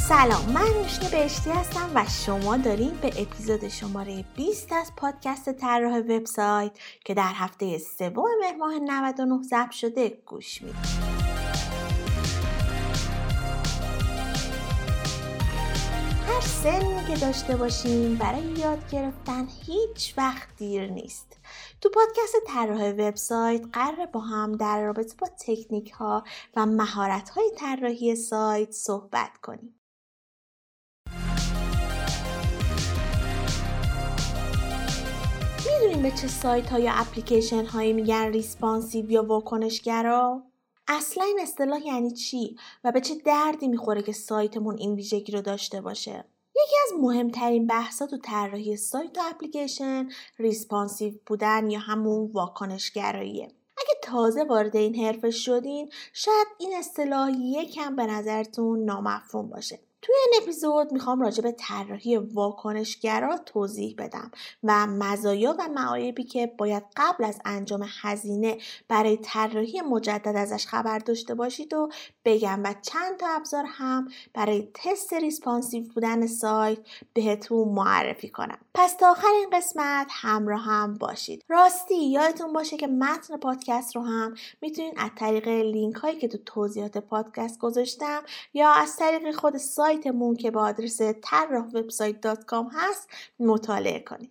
سلام، من روشنی بهشتی هستم و شما دارین به اپیزود شماره 20 از پادکست طراح وبسایت که در هفته سوم مهر ماه 99 ضبط شده گوش میدید. هر سنی که داشته باشیم برای یاد گرفتن هیچ وقت دیر نیست. تو پادکست طراح وبسایت قراره با هم در رابطه با تکنیک ها و مهارت های طراحی سایت صحبت کنیم. میدونیم به چه سایت ها یا اپلیکیشن هایی میگن ریسپانسیو یا واکنشگرا؟ اصلا این اصطلاح یعنی چی و به چه دردی میخوره که سایتمون این ویژگی رو داشته باشه؟ یکی از مهمترین بحثا تو طراحی سایت و اپلیکیشن ریسپانسیو بودن یا همون واکنشگراییه. اگه تازه وارد این حرفه شدین شاید این اصطلاح یکم به نظرتون نامفهوم باشه. توی این اپیزود میخوام راجع به طراحی واکنشگرا توضیح بدم و مزایا و معایبی که باید قبل از انجام هزینه برای طراحی مجدد ازش خبر داشته باشید و بگم و چند تا ابزار هم برای تست ریسپانسیو بودن سایت بهتون معرفی کنم. پس تا آخر این قسمت همراه هم باشید. راستی یادتون باشه که متن پادکست رو هم میتونید از طریق لینک هایی که تو توضیحات پادکست گذاشتم یا از طریق خود سایتمون که با آدرس طراحwebsite.com هست مطالعه کنید.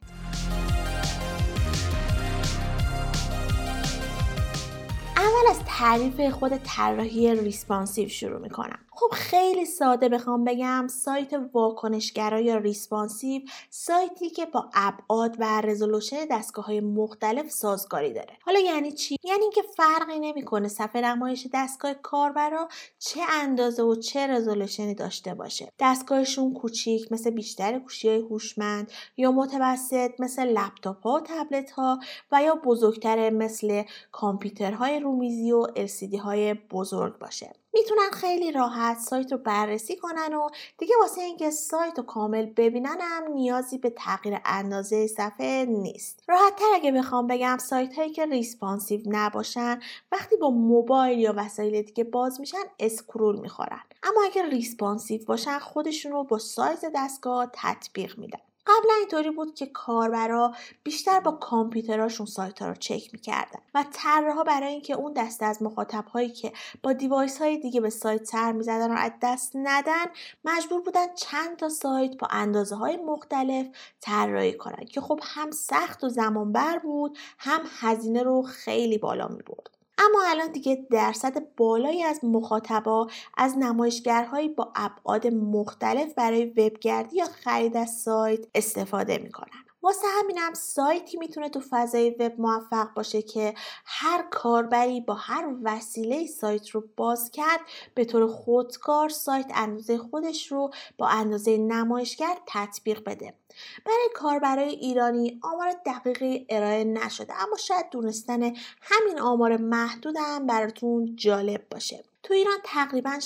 اول از تعریف خود طراحی ریسپانسیو شروع میکنم. خب خیلی ساده بخوام بگم سایت واکنشگرا یا ریسپانسیو سایتی که با ابعاد و رزولوشن دستگاه‌های مختلف سازگاری داره. حالا یعنی چی؟ یعنی اینکه فرقی نمیکنه صفحه نمایش دستگاه کاربرا چه اندازه و چه رزولوشنی داشته باشه. دستگاهشون کوچیک مثل بیشتر گوشی‌های هوشمند یا متوسط مثل لپتاپ‌ها و تبلت‌ها و یا بزرگتر مثل کامپیوترهای رومیزی و LCDهای بزرگ باشه. میتونن خیلی راحت سایت رو بررسی کنن و دیگه واسه اینکه سایت رو کامل ببینن هم نیازی به تغییر اندازه صفحه نیست. راحت‌تر اگه بخوام بگم سایت هایی که ریسپانسیو نباشن وقتی با موبایل یا وسایل دیگه باز میشن اسکرول میخورن. اما اگه ریسپانسیو باشن خودشون رو با سایز دستگاه تطبیق میدن. قبلا اینطوری بود که کاربرا بیشتر با کامپیوتراشون سایت‌ها رو چک می‌کردن و طراحا برای اینکه اون دسته از مخاطب‌هایی که با دیوایس‌های دیگه به سایت سر می‌زدن رو از دست ندن مجبور بودن چند تا سایت با اندازه‌های مختلف طراحی کنن که خب هم سخت و زمانبر بود هم هزینه رو خیلی بالا می‌برد. اما الان دیگه درصد بالایی از مخاطبا از نمایشگرهایی با ابعاد مختلف برای وبگردی یا خرید از سایت استفاده میکنن. واسه همینم سایتی میتونه تو فضای وب موفق باشه که هر کاربری با هر وسیله سایت رو باز کرد به طور خودکار سایت اندازه خودش رو با اندازه نمایشگر تطبیق بده. برای کاربرای ایرانی آمار دقیقی ارائه نشده اما شاید دونستن همین آمار محدود هم براتون جالب باشه. تو ایران تقریبا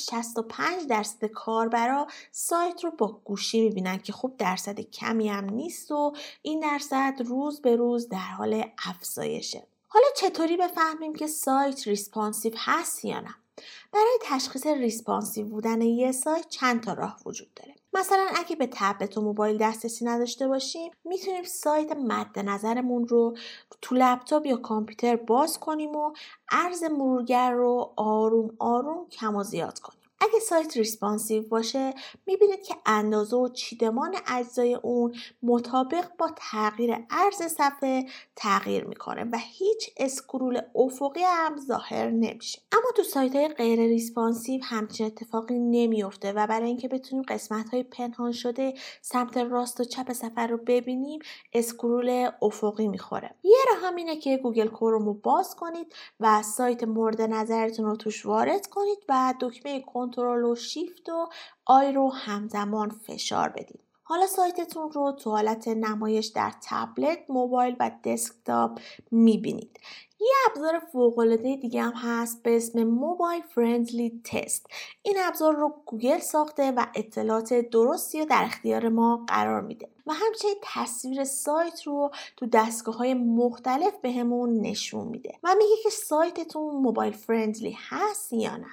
65% کاربرا سایت رو با گوشی میبینن که خب درصد کمی هم نیست و این درصد روز به روز در حال افزایشه. حالا چطوری بفهمیم که سایت ریسپانسیو هست یا نه؟ برای تشخیص ریسپانسیو بودن یه سایت چند تا راه وجود داره. مثلا اگه به تبلت و موبایل دسترسی نداشته باشیم میتونیم سایت مد نظرمون رو تو لپتاپ یا کامپیوتر باز کنیم و عرض مرورگر رو آروم آروم کم و زیاد کنیم. اگه سایت ریسپانسیو باشه میبینید که اندازه و چیدمان اجزای اون مطابق با تغییر عرض صفحه تغییر میکنه و هیچ اسکرول افقی هم ظاهر نمیشه. اما تو سایت های غیر ریسپانسیو همچین اتفاقی نمیفته و برای اینکه بتونیم قسمت های پنهان شده سمت راست و چپ صفحه رو ببینیم اسکرول افقی میخوره. یه راه هم اینه که گوگل کروم رو باز کنید و سایت مورد نظرتون رو توش وارد کنید و دکمه کنترل و شیفت و آی رو همزمان فشار بدید. حالا سایتتون رو تو حالت نمایش در تبلت، موبایل و دسکتاپ میبینید. یه ابزار فوق‌العاده دیگه هم هست به اسم موبایل فرندلی تست. این ابزار رو گوگل ساخته و اطلاعات درستی رو در اختیار ما قرار میده و همچنین تصویر سایت رو تو دستگاه‌های مختلف بهمون نشون میده و میگه که سایتتون موبایل فرندلی هست یا نه.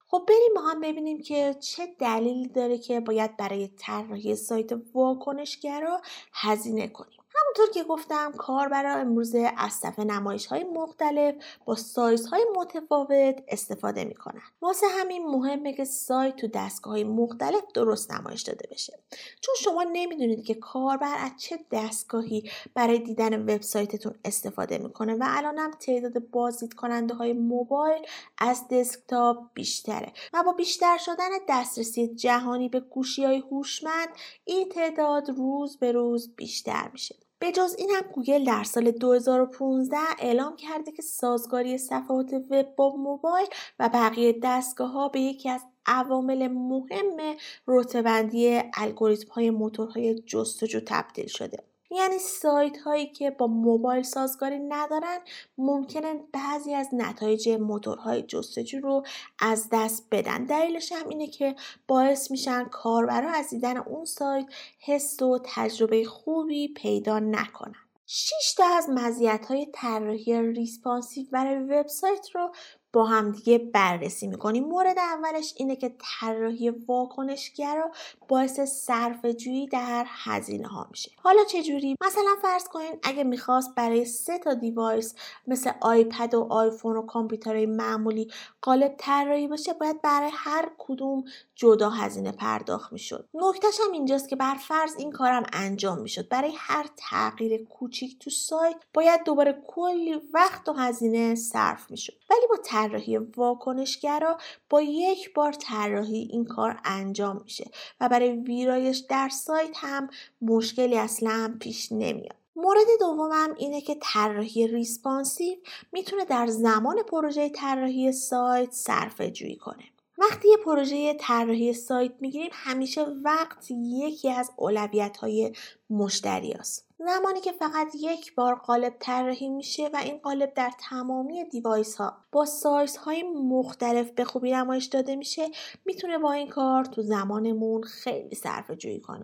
خب بریم با هم ببینیم که چه دلیلی داره که باید برای طراحی سایت واکنشگرا هزینه کنیم. همونطور که گفتم کاربرا امروزه از صفحه نمایش‌های مختلف با سایزهای متفاوت استفاده میکنن. واسه همین مهمه که سایت تو دستگاه‌های مختلف درست نمایش داده بشه. چون شما نمیدونید که کاربر از چه دستگاهی برای دیدن وبسایتتون استفاده میکنه و الانم تعداد بازدید کننده های موبایل از دسکتاپ بیشتره و با بیشتر شدن دسترسی جهانی به گوشی‌های هوشمند این تعداد روز به روز بیشتر میشه. به جز این هم گوگل در سال 2015 اعلام کرده که سازگاری صفحات وب با موبایل و بقیه دستگاه‌ها به یکی از عوامل مهم رتبه‌بندی الگوریتم‌های موتورهای جستجو تبدیل شده. یعنی سایت هایی که با موبایل سازگاری ندارن ممکنه بعضی از نتایج موتورهای جستجو رو از دست بدن. دلیلش هم اینه که باعث میشن کاربرا از دیدن اون سایت حس و تجربه خوبی پیدا نکنن. 6 تا از مزیت‌های طراحی ریسپانسیو برای وبسایت رو با هم دیگه بررسی می‌کنیم. مورد اولش اینه که طراحی واکنشگرا باعث صرفه‌جویی در هزینه‌ها میشه. حالا چجوری؟ مثلا فرض کنین اگه می‌خواست برای 3 تا دیوایس مثل آیپد و آیفون و کامپیوترهای معمولی قالب طراحی بشه باید برای هر کدوم جدا هزینه پرداخت میشد. نکتهش هم اینجاست که بر فرض این کارم انجام میشد. برای هر تغییر کوچیک تو سایت باید دوباره کلی وقت و هزینه صرف میشد. ولی با طراحی واکنشگرا با یک بار طراحی این کار انجام میشه و برای ویرایش در سایت هم مشکلی اصلا پیش نمیاد. مورد دومم اینه که طراحی ریسپانسیو میتونه در زمان پروژه طراحی سایت صرفه جویی کنه. وقتی یه پروژه طراحی سایت میگیریم همیشه وقت یکی از اولویت‌های مشتری است. زمانی که فقط یک بار قالب طراحی میشه و این قالب در تمامی دیوایس ها با سایز های مختلف به خوبی نمایش داده میشه میتونه با این کار تو زمانمون خیلی صرفه جویی کنه.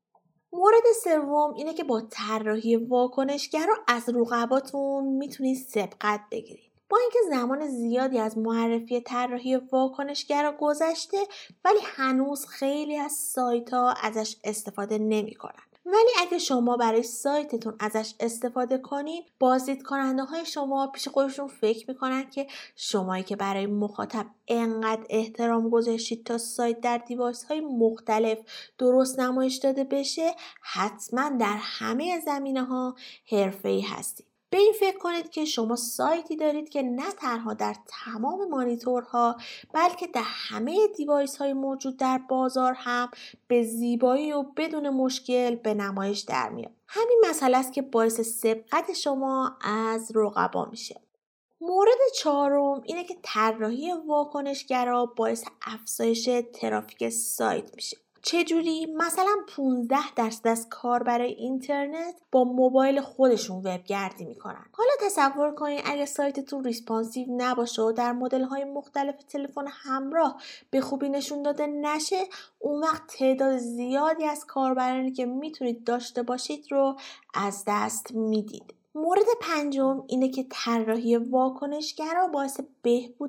مورد سوم اینه که با طراحی واکنشگرا از رقباتون میتونید سبقت بگیرید. با اینکه زمان زیادی از معرفی طراحی واکنشگرا گذشته ولی هنوز خیلی از سایت‌ها ازش استفاده نمی‌کنن. ولی اگه شما برای سایتتون ازش استفاده کنین بازدید کننده های شما پیش خودشون فکر میکنن که شمایی که برای مخاطب انقدر احترام گذاشتید تا سایت در دیوایس های مختلف درست نمایش داده بشه حتما در همه زمینه ها حرفه‌ای هستید. به این فکر کنید که شما سایتی دارید که نه تنها در تمام مانیتورها بلکه در همه دیوایس های موجود در بازار هم به زیبایی و بدون مشکل به نمایش در میاد. همین مسئله است که باعث سبقت شما از رقبا میشه. مورد چهارم اینه که طراحی واکنشگرا باعث افزایش ترافیک سایت میشه. چجوری؟ مثلا 15% از کاربرای اینترنت با موبایل خودشون وبگردی میکنن. حالا تصور کنید اگه سایتتون ریسپانسیو نباشه و در مدل‌های مختلف تلفن همراه به خوبی نشون داده نشه، اون وقت تعداد زیادی از کاربرانی که میتونید داشته باشید رو از دست میدید. مورد پنجم اینه که طراحی واکنشگرا باعث بهبود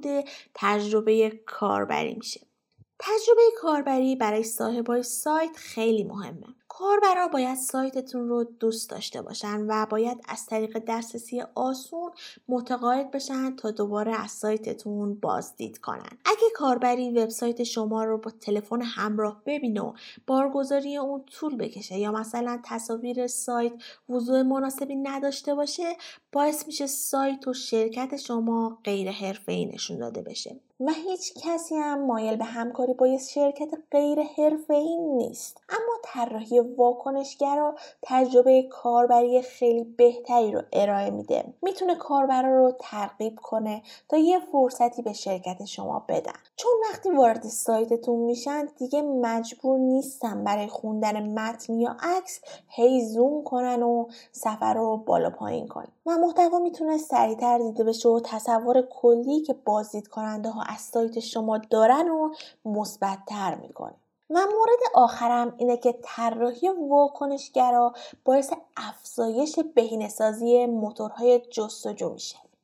تجربه کاربری میشه. تجربه کاربری برای صاحبای سایت خیلی مهمه. کاربرا باید سایتتون رو دوست داشته باشن و باید از طریق دسترسی آسون متقاعد بشن تا دوباره از سایتتون بازدید کنن. اگه کاربری وبسایت شما رو با تلفن همراه ببینه و بارگذاری اون طول بکشه یا مثلا تصاویر سایت وضوح مناسبی نداشته باشه باعث میشه سایت و شرکت شما غیر حرفه‌ای نشون داده بشه. و هیچ کسی هم مایل به همکاری با یه شرکت غیر حرفه‌ای نیست. اما طراحی واکنشگرا تجربه کاربری خیلی بهتری رو ارائه میده. میتونه کاربرا رو ترغیب کنه تا یه فرصتی به شرکت شما بدن. چون وقتی وارد سایتتون میشن دیگه مجبور نیستن برای خوندن متن یا عکس هی زوم کنن و صفحه رو بالا پایین کنن. و محتوا میتونه سریعتر دیده بشه و تصور کلی که بازدید کننده ها از سایت شما دارن و مثبت‌تر میکنه. و مورد آخرم اینه که طراحی واکنشگرا باعث افزایش بهینه‌سازی موتورهای جستجو میشه.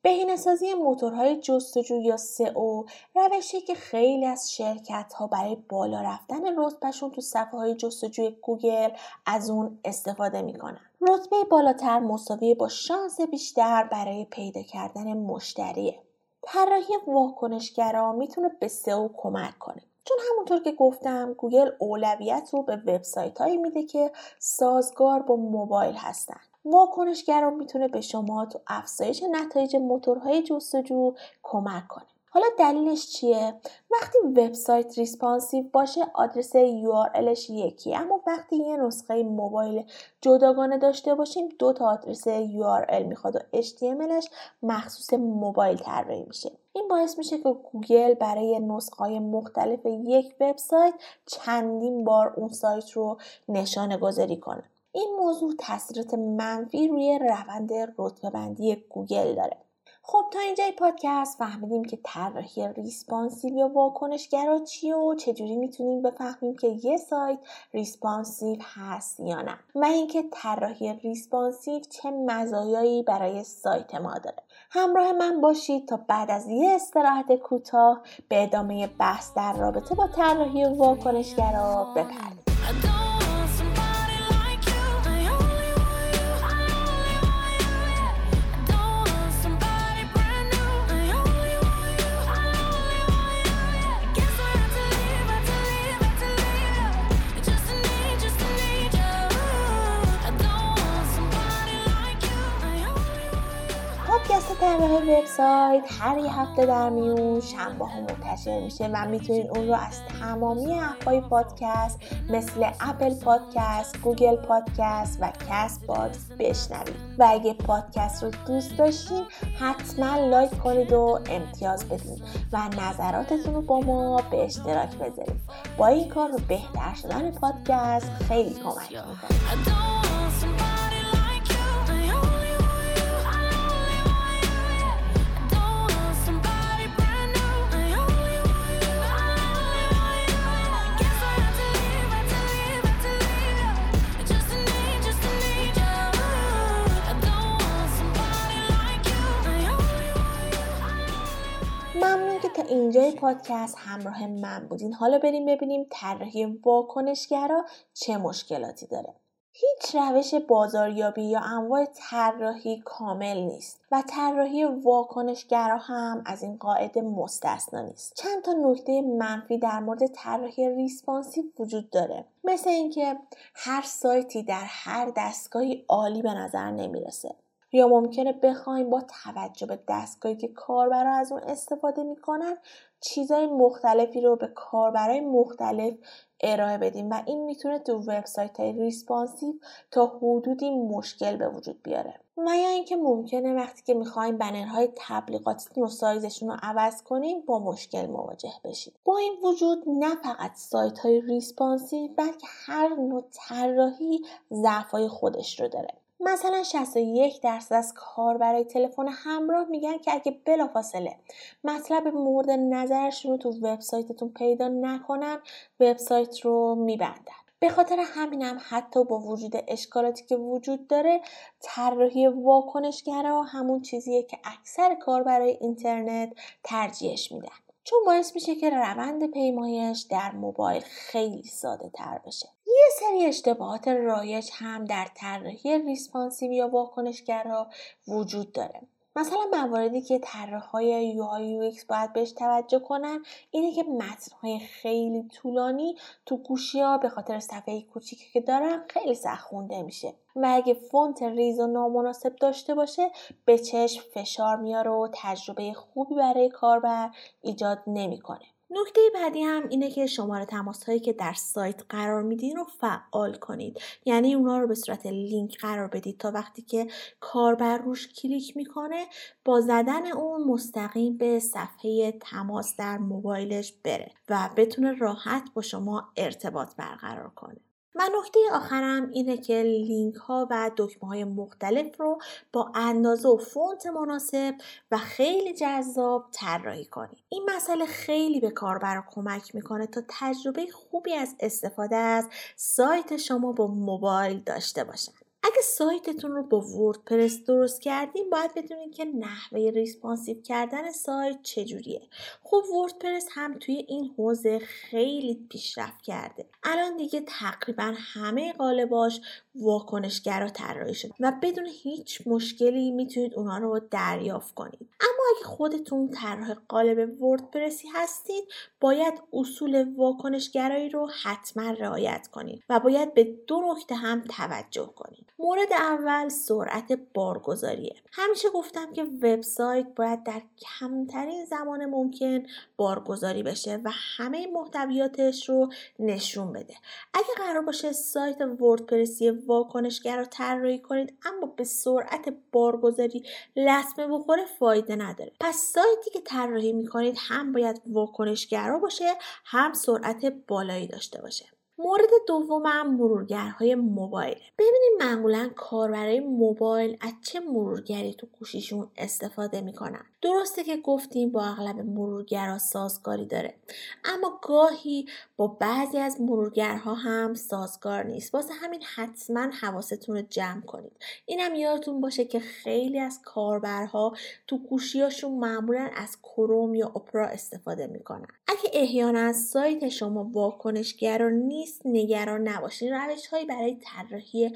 بهینه‌سازی موتورهای جستجو یا SEO روشی که خیلی از شرکت‌ها برای بالا رفتن رتبهشون تو صفحه‌های جستجوی گوگل از اون استفاده میکنن. رتبه بالاتر مساوی با شانس بیشتر برای پیدا کردن مشتریه. طراحی واکنشگرا میتونه به SEO کمک کنه. چون همونطور که گفتم گوگل اولویت رو به وبسایت‌هایی میده که سازگار با موبایل هستن. واکنشگرا میتونه به شما تو افزایش نتایج موتورهای جستجو کمک کنه. حالا دلیلش چیه؟ وقتی وبسایت ریسپانسیو باشه آدرس URLش یکیه، اما وقتی یه نسخه موبایل جداگانه داشته باشیم 2 تا آدرس URL میخواد و HTMLش مخصوص موبایل طراحی میشه. این باعث میشه که گوگل برای نسخه‌های مختلف یک وبسایت چندین بار اون سایت رو نشانه گذاری کنه. این موضوع تاثیرات منفی روی روند رتبه‌بندی گوگل داره. خب تا اینجای پادکست فهمیدیم که طراحی ریسپانسیو یا واکنشگرا چیه و چجوری میتونیم بفهمیم که یه سایت ریسپانسیو هست یا نه و اینکه طراحی ریسپانسیو چه مزایایی برای سایت ما داره. همراه من باشید تا بعد از یه استراحت کوتاه به ادامه بحث در رابطه با طراحی واکنشگرا بپردازیم. پادکست طراحی وبسایت هر یه هفته در میون شنبه ها منتشر میشه و میتونید اون رو از تمامی اپ‌های پادکست مثل اپل پادکست، گوگل پادکست و کست باکس بشنوید. و اگه پادکست رو دوست داشتین حتما لایک کنید و امتیاز بدید و نظراتتون رو با ما به اشتراک بذارید. با این کار رو بهتر شدن پادکست خیلی کمک میکنه. ممنون که تا اینجای پادکست همراه من بودین. حالا بریم ببینیم طراحی واکنشگرا چه مشکلاتی داره. هیچ روش بازاریابی یا انواع طراحی کامل نیست و طراحی واکنشگرا هم از این قاعده مستثنا نیست. چند تا نکته منفی در مورد طراحی ریسپانسیو وجود داره، مثل اینکه هر سایتی در هر دستگاهی عالی به نظر نمیرسه، یا ممکنه بخوایم با توجه به دستگاهی که کاربرا از اون استفاده میکنن چیزای مختلفی رو به کاربرای مختلف ارائه بدیم و این میتونه تو وبسایت‌های ریسپانسیو تا حدودی مشکل به وجود بیاره. و یا اینکه ممکنه وقتی که میخوایم بنرهای تبلیغاتیتون و سایزشون رو عوض کنیم با مشکل مواجه بشید. با این وجود نه فقط سایت‌های ریسپانسیو بلکه هر نوع طراحی ضعف‌های خودش رو داره. مثلا 61% از کاربرای تلفن همراه میگن که اگه بلافاصله مطلب مورد نظرشون رو تو وبسایتتون پیدا نکنن وبسایت رو میبندن. به خاطر همینم حتی با وجود اشکالاتی که وجود داره طراحی واکنشگرا همون چیزیه که اکثر کاربرای اینترنت ترجیحش میدن، چون باعث میشه که روند پیمایش در موبایل خیلی ساده تر بشه. یه سری اشتباهات رایج هم در طراحی ریسپانسیو یا واکنشگرا وجود داره. مثلا مواردی که طراحای UI UX باید بهش توجه کنن اینه که متن‌های خیلی طولانی تو گوشی‌ها به خاطر صفحه کوچیکی که دارن خیلی سخت خونده میشه و اگه فونت ریز و نامناسب داشته باشه به چشم فشار میاره و تجربه خوبی برای کاربر ایجاد نمیکنه. نکته بعدی هم اینه که شماره تماس‌هایی که در سایت قرار میدین رو فعال کنید. یعنی اونا رو به صورت لینک قرار بدید تا وقتی که کاربر روش کلیک میکنه با زدن اون مستقیم به صفحه تماس در موبایلش بره و بتونه راحت با شما ارتباط برقرار کنه. و نکته آخرم اینه که لینک ها و دکمه های مختلف رو با اندازه و فونت مناسب و خیلی جذاب طراحی کنید. این مسئله خیلی به کاربر کمک میکنه تا تجربه خوبی از استفاده از سایت شما با موبایل داشته باشن. اگه سایتتون رو با وردپرس درست کردین باید بدونین که نحوه ریسپانسیو کردن سایت چجوریه. خب وردپرس هم توی این حوزه خیلی پیشرفت کرده. الان دیگه تقریبا همه قالباش واکنشگرا طراحی شده و بدون هیچ مشکلی میتونید اونها رو دریافت کنید. اما اگه خودتون طراح قالب وردپرسی هستید باید اصول واکنشگرایی رو حتما رعایت کنید و باید به 2 نکته هم توجه کنید. مورد اول سرعت بارگذاریه. همیشه گفتم که وبسایت باید در کمترین زمان ممکن بارگذاری بشه و همه محتویاتش رو نشون بده. اگه قرار باشه سایت وردپرسی واکنشگر رو طراحی کنید اما به سرعت بارگذاری لطمه بخوره فایده نداره. پس سایتی که طراحی میکنید هم باید واکنشگرا باشه هم سرعت بالایی داشته باشه. مورد دومم مرورگرهای موبایل. ببینید معمولا کاربرای موبایل از چه مرورگری تو گوشیشون استفاده میکنن. درسته که گفتیم با اغلب مرورگرها سازگاری داره، اما گاهی با بعضی از مرورگرها هم سازگار نیست. واسه همین حتما حواستون رو جمع کنید. اینم یادتون باشه که خیلی از کاربرها تو گوشیاشون معمولا از کروم یا اپرا استفاده میکنن. اگه احیانا سایت شما واکنشگرا نیست نگران نباشین. روش‌هایی برای طراحی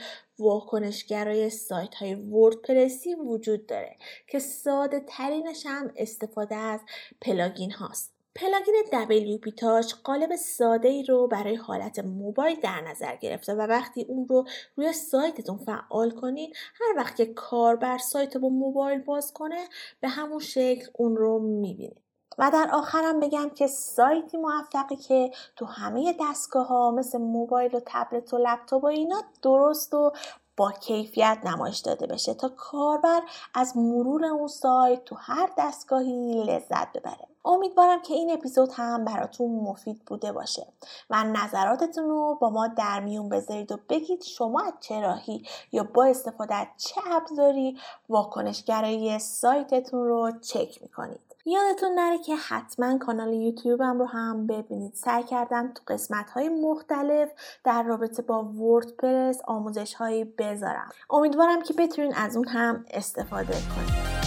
واکنشگرای سایت‌های وردپرسی وجود داره که ساده ترینش هم استفاده از پلاگین هاست. پلاگین WP Touch قالب ساده‌ای رو برای حالت موبایل در نظر گرفته و وقتی اون رو روی سایتتون فعال کنین هر وقت که کاربر سایت رو با موبایل باز کنه به همون شکل اون رو می‌بینید. و در آخرم بگم که سایتی موفقی که تو همه دستگاه‌ها مثل موبایل و تبلت و لپتاپ و اینا درست و با کیفیت نمایش داده بشه تا کاربر از مرور اون سایت تو هر دستگاهی لذت ببره. امیدوارم که این اپیزود هم براتون مفید بوده باشه و نظراتتون رو با ما در میون بذارید و بگید شما از چه راهی یا با استفاده از چه ابزاری واکنشگرای سایتتون رو چک میکنید. یادتون نره که حتما کانال یوتیوبم رو هم ببینید. سعی کردم تو قسمت‌های مختلف در رابطه با وردپرس آموزش‌هایی بذارم. امیدوارم که بتونین از اون هم استفاده کنید.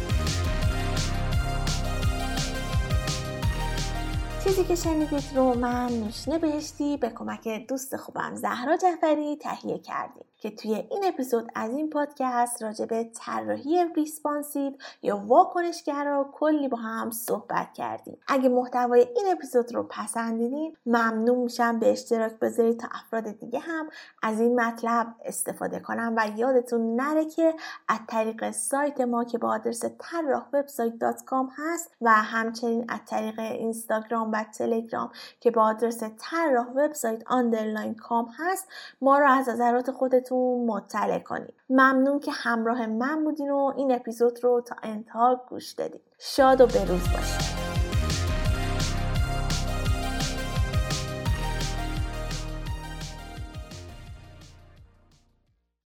چیزی که شنیدید رو من نوشین بهشتی به کمک دوست خوبم زهرا جعفری تهیه کردیم که توی این اپیزود از این پادکست راجع به طراحی ریسپانسیو یا واکنشگرا کلی با هم صحبت کردیم. اگه محتوای این اپیزود رو پسندیدین ممنون میشم به اشتراک بذارید تا افراد دیگه هم از این مطلب استفاده کنن و یادتون نره که از طریق سایت ما که با آدرس طراحwebsite.com هست و همچنین از طریق اینستاگرام و تلگرام که با آدرس طراحwebsite_com هست ما رو از نظرات خودتون مطلع کنید. ممنون که همراه من بودین و این اپیزود رو تا انتها گوش دادید. شاد و بروز باشید.